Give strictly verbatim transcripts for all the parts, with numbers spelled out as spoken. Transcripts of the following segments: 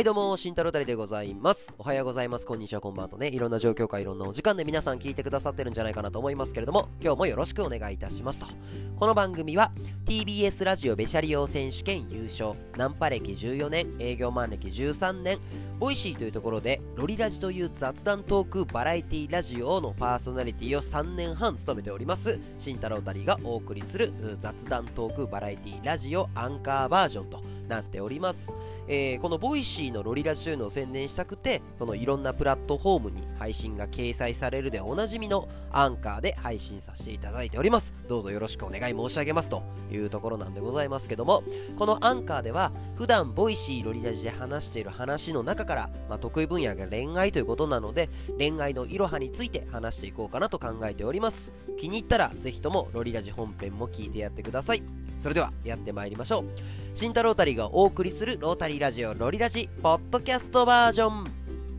はいどうも、慎太郎たりでございます。おはようございます、こんにちは、こんばんはとね、いろんな状況かいろんなお時間で皆さん聞いてくださってるんじゃないかなと思いますけれども、今日もよろしくお願いいたしますと。この番組は ティービーエス ラジオベシャリオ選手権優勝、ナンパ歴じゅうよねん、営業マン歴じゅうさんねん、ボイシーというところでロリラジという雑談トークバラエティラジオのパーソナリティをさんねんはん務めております慎太郎たりがお送りする雑談トークバラエティラジオアンカーバージョンとなっております。えー、このボイシーのロリラジというのを宣伝したくて、このいろんなプラットフォームに配信が掲載されるでおなじみのアンカーで配信させていただいております。どうぞよろしくお願い申し上げますというところなんでございますけども、このアンカーでは普段ボイシーロリラジで話している話の中から、まあ、得意分野が恋愛ということなので、恋愛のいろはについて話していこうかなと考えております。気に入ったらぜひともロリラジ本編も聞いてやってください。それではやってまいりましょう。慎太郎たりがお送りするロータリーラジオロリラジポッドキャストバージョン。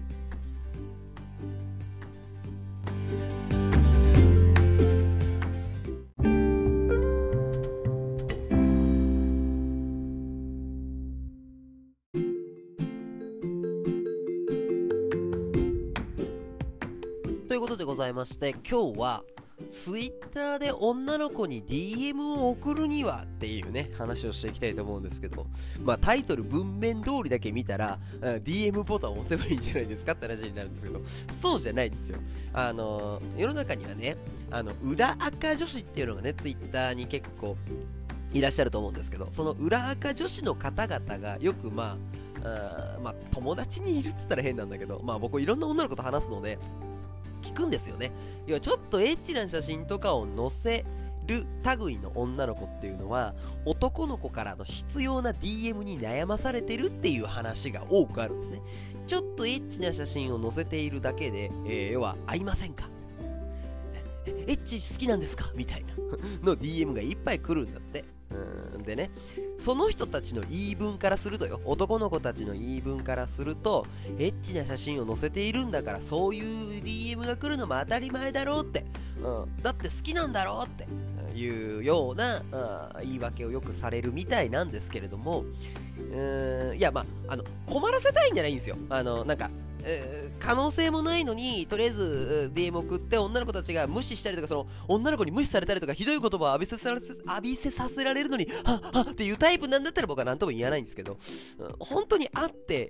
ということでございまして、今日はツイッターで女の子に ディーエム を送るにはっていうね話をしていきたいと思うんですけど、まあタイトル文面通りだけ見たら ディーエム ボタンを押せばいいんじゃないですかって話になるんですけど、そうじゃないんですよ。あのー、世の中にはね、あの裏垢女子っていうのがねツイッターに結構いらっしゃると思うんですけど、その裏垢女子の方々がよくまああまあ友達にいるって言ったら変なんだけど、まあ僕いろんな女の子と話すので聞くんですよね。要はちょっとエッチな写真とかを載せる類の女の子っていうのは男の子からの必要な ディーエム に悩まされてるっていう話が多くあるんですね。ちょっとエッチな写真を載せているだけで、えー、要は合いませんか、エッチ好きなんですかみたいなの ディーエム がいっぱい来るんだって。うーんでね、その人たちの言い分からするとよ、男の子たちの言い分からすると、エッチな写真を載せているんだからそういう ディーエム が来るのも当たり前だろうって、うん、だって好きなんだろうっていうような言い訳をよくされるみたいなんですけれども、うーんいやまああの困らせたいんじゃないんですよ。あのなんかえー、可能性もないのにとりあえず ディーエム 送って女の子たちが無視したりとか、その女の子に無視されたりとかひどい言葉を浴びせされ浴びせさせられるのにはっはっっていうタイプなんだったら僕は何とも言わないんですけど、うん、本当に会って、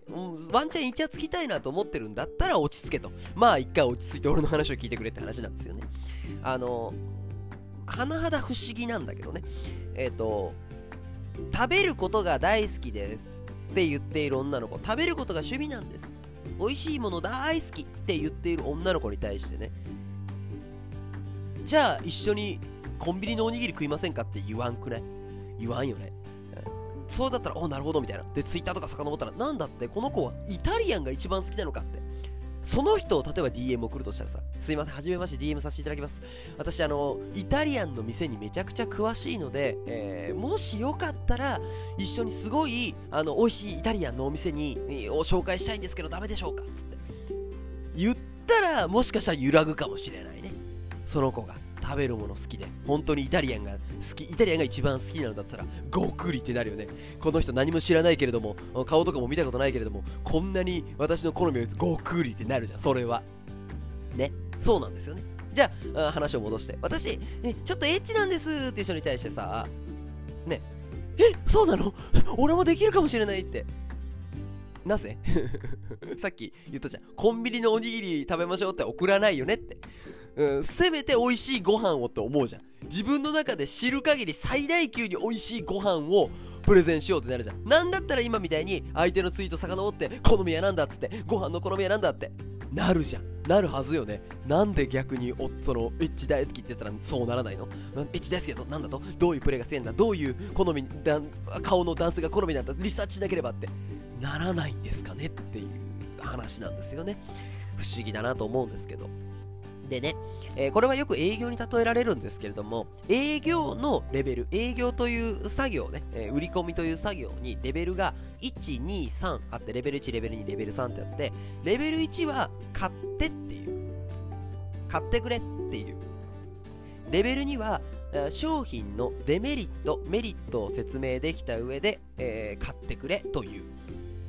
うん、ワンチャンイチャつきたいなと思ってるんだったら落ち着けと、まあ一回落ち着いて俺の話を聞いてくれって話なんですよね。あの甚だ不思議なんだけどね、えっ、ー、と食べることが大好きですって言っている女の子、食べることが趣味なんです、美味しいもの大好きって言っている女の子に対してね、じゃあ一緒にコンビニのおにぎり食いませんかって言わんくない？言わんよね。そうだったらおなるほどみたいな。でツイッターとか遡ったら、なんだってこの子はイタリアンが一番好きなのかって、その人を例えば ディーエム 送るとしたらさ、すいませんはじめまして ディーエム させていただきます、私あのイタリアンの店にめちゃくちゃ詳しいので、えー、もしよかったら一緒にすごいあの美味しいイタリアンのお店に、えー、を紹介したいんですけどダメでしょうかっつって言ったら、もしかしたら揺らぐかもしれないね。その子が食べるもの好きで本当にイタリアンが好き、イタリアンが一番好きなのだったらごくりってなるよね。この人何も知らないけれども、顔とかも見たことないけれども、こんなに私の好みをごくりってなるじゃん。それはね、そうなんですよね。じゃあ話を戻して、私えちょっとエッチなんですっていう人に対してさ、ねえそうなの俺もできるかもしれないってなぜさっき言ったじゃん、コンビニのおにぎり食べましょうって送らないよねって、うん、せめて美味しいご飯をって思うじゃん。自分の中で知る限り最大級に美味しいご飯をプレゼンしようってなるじゃん。なんだったら今みたいに相手のツイート遡って好みやなんだっつって、ご飯の好みやなんだってなるじゃん。なるはずよね。なんで逆におそのエッチ大好きって言ったらそうならないの？エッチ大好きだとなんだと、どういうプレイが好きなんだ、どういう好みだ顔の男性が好みなんだ、リサーチしなければってならないんですかねっていう話なんですよね。不思議だなと思うんですけど、でね、えー、これはよく営業に例えられるんですけれども、営業のレベル、営業という作業ね、えー、売り込みという作業にレベルがいち、に、さんあって、レベルいち、レベルに、レベルさんってあって、レベルいちは買ってっていう、買ってくれっていう、レベルには商品のデメリットメリットを説明できた上で、えー、買ってくれという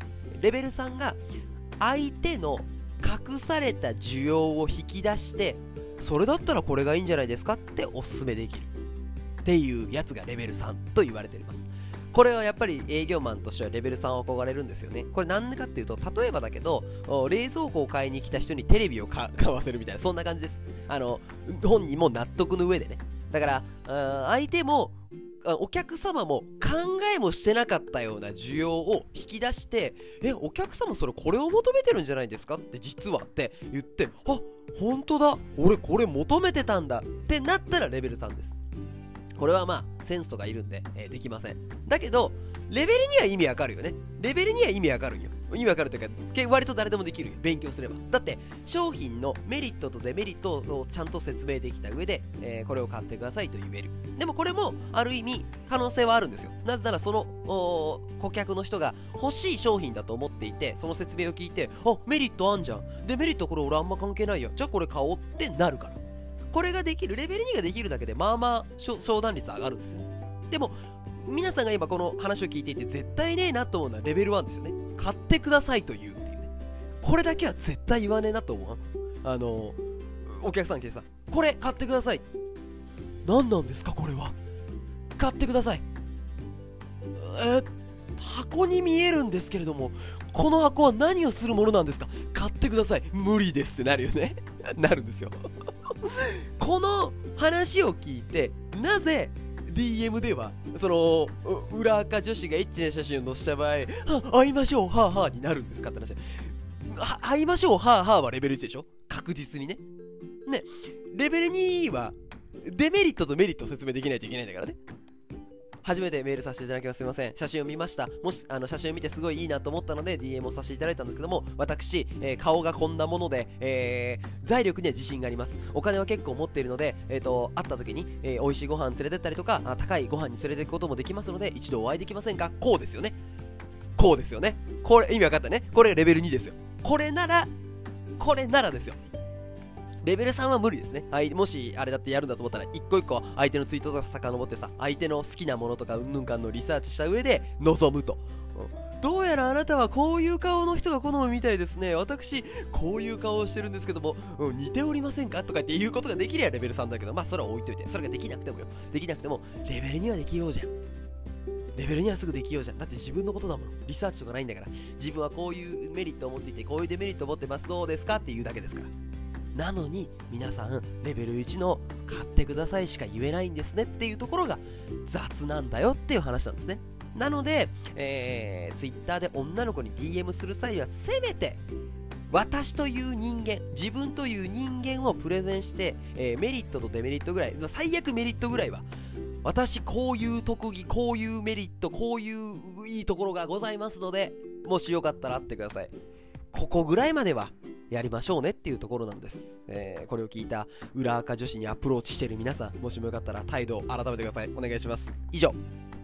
レベルさんが相手の隠された需要を引き出して、それだったらこれがいいんじゃないですかっておすすめできるっていうやつがレベルさんと言われております。これはやっぱり営業マンとしてはレベルさん憧れるんですよね。これなんでかっていうと、例えばだけど冷蔵庫を買いに来た人にテレビを買わせるみたいな、そんな感じです。あの本人も納得の上でね。だから相手もお客様も考えもしてなかったような需要を引き出して、え、お客様それこれを求めてるんじゃないですかって実はって言って、あ、本当だ、俺これ求めてたんだってなったらレベルさんです。これはまあセンスとかいるんで、えー、できません。だけどレベルには意味わかるよね。レベルには意味わかるんよ。意味わかるというか割と誰でもできるよ、勉強すれば。だって商品のメリットとデメリットをちゃんと説明できた上で、えー、これを買ってくださいと言える。でもこれもある意味可能性はあるんですよ。なぜならその顧客の人が欲しい商品だと思っていて、その説明を聞いて、あ、メリットあんじゃん、デメリットこれ俺あんま関係ないよ、じゃあこれ買おうってなるから。これができる、レベルにができるだけでまあまあ商談率上がるんですよね。でも皆さんが今この話を聞いていて絶対ねえなと思うのはレベルワンですよね。買ってくださいと言うっていうね。これだけは絶対言わねえなと思う。あのお客さん来てさ、これ買ってください、何なんですかこれは、買ってください、え箱に見えるんですけれどもこの箱は何をするものなんですか、買ってください、無理ですってなるよねなるんですよこの話を聞いて、なぜ ディーエム ではその裏垢女子がエッチな写真を載せた場合、は会いましょうはあはあになるんですかって話。は会いましょうはあはあはレベルいちでしょ、確実にね。ね、レベルにはデメリットとメリットを説明できないといけないんだからね。初めてメールさせていただきます。すいません。写真を見ました。もしあの写真を見てすごいいいなと思ったので ディーエム をさせていただいたんですけども、私、えー、顔がこんなもので、えー、財力には自信があります。お金は結構持っているので、えーと、会った時に、えー、美味しいご飯連れてったりとか、あ高いご飯に連れて行くこともできますので、一度お会いできませんか。こうですよね。こうですよね。これ意味わかったね。これレベルにですよ。これなら、これならですよ。レベルさんは無理ですね。はい、もしあれだってやるんだと思ったら、一個一個相手のツイートとか遡ってさ、相手の好きなものとかうんぬんかんのリサーチした上で臨むと、うん、どうやらあなたはこういう顔の人が好むみたいですね、私こういう顔をしてるんですけども、うん、似ておりませんかとかっていうことができりゃレベルさんだけど、まあそれは置いといて、それができなくてもよ、できなくてもレベルにはできようじゃん。レベルにはすぐできようじゃん。だって自分のことだもん。リサーチとかないんだから、自分はこういうメリットを持っていて、こういうデメリットを持ってます、どうですかっていうだけですから。なのに皆さんレベルいちの買ってくださいしか言えないんですねっていうところが雑なんだよっていう話なんですね。なので、えー、Twitter で女の子に ディーエム する際はせめて私という人間、自分という人間をプレゼンして、えー、メリットとデメリットぐらい、最悪メリットぐらいは、私こういう特技、こういうメリット、こういういいところがございますので、もしよかったら会ってください、ここぐらいまではやりましょうねっていうところなんです。えー、これを聞いた裏垢女子にアプローチしている皆さん、もしもよかったら態度を改めてください。お願いします。以上。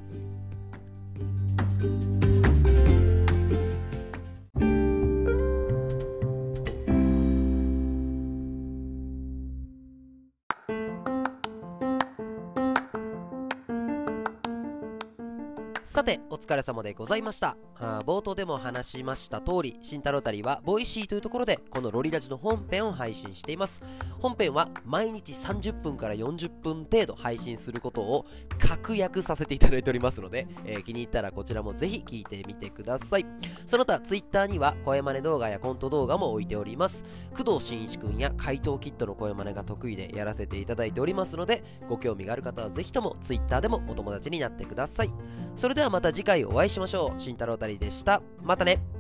さてお疲れ様でございました。あ冒頭でも話しました通り、新太郎たりはボイシーというところでこのロリラジの本編を配信しています。本編は毎日さんじゅっぷんからよんじゅっぷん程度配信することを確約させていただいておりますので、えー、気に入ったらこちらもぜひ聞いてみてください。その他ツイッターには声真似動画やコント動画も置いております。工藤新一くんや怪盗キッドの声真似が得意でやらせていただいておりますので、ご興味がある方はぜひともツイッターでもお友達になってください。それではまた次回お会いしましょう。慎太郎たりでした。またね。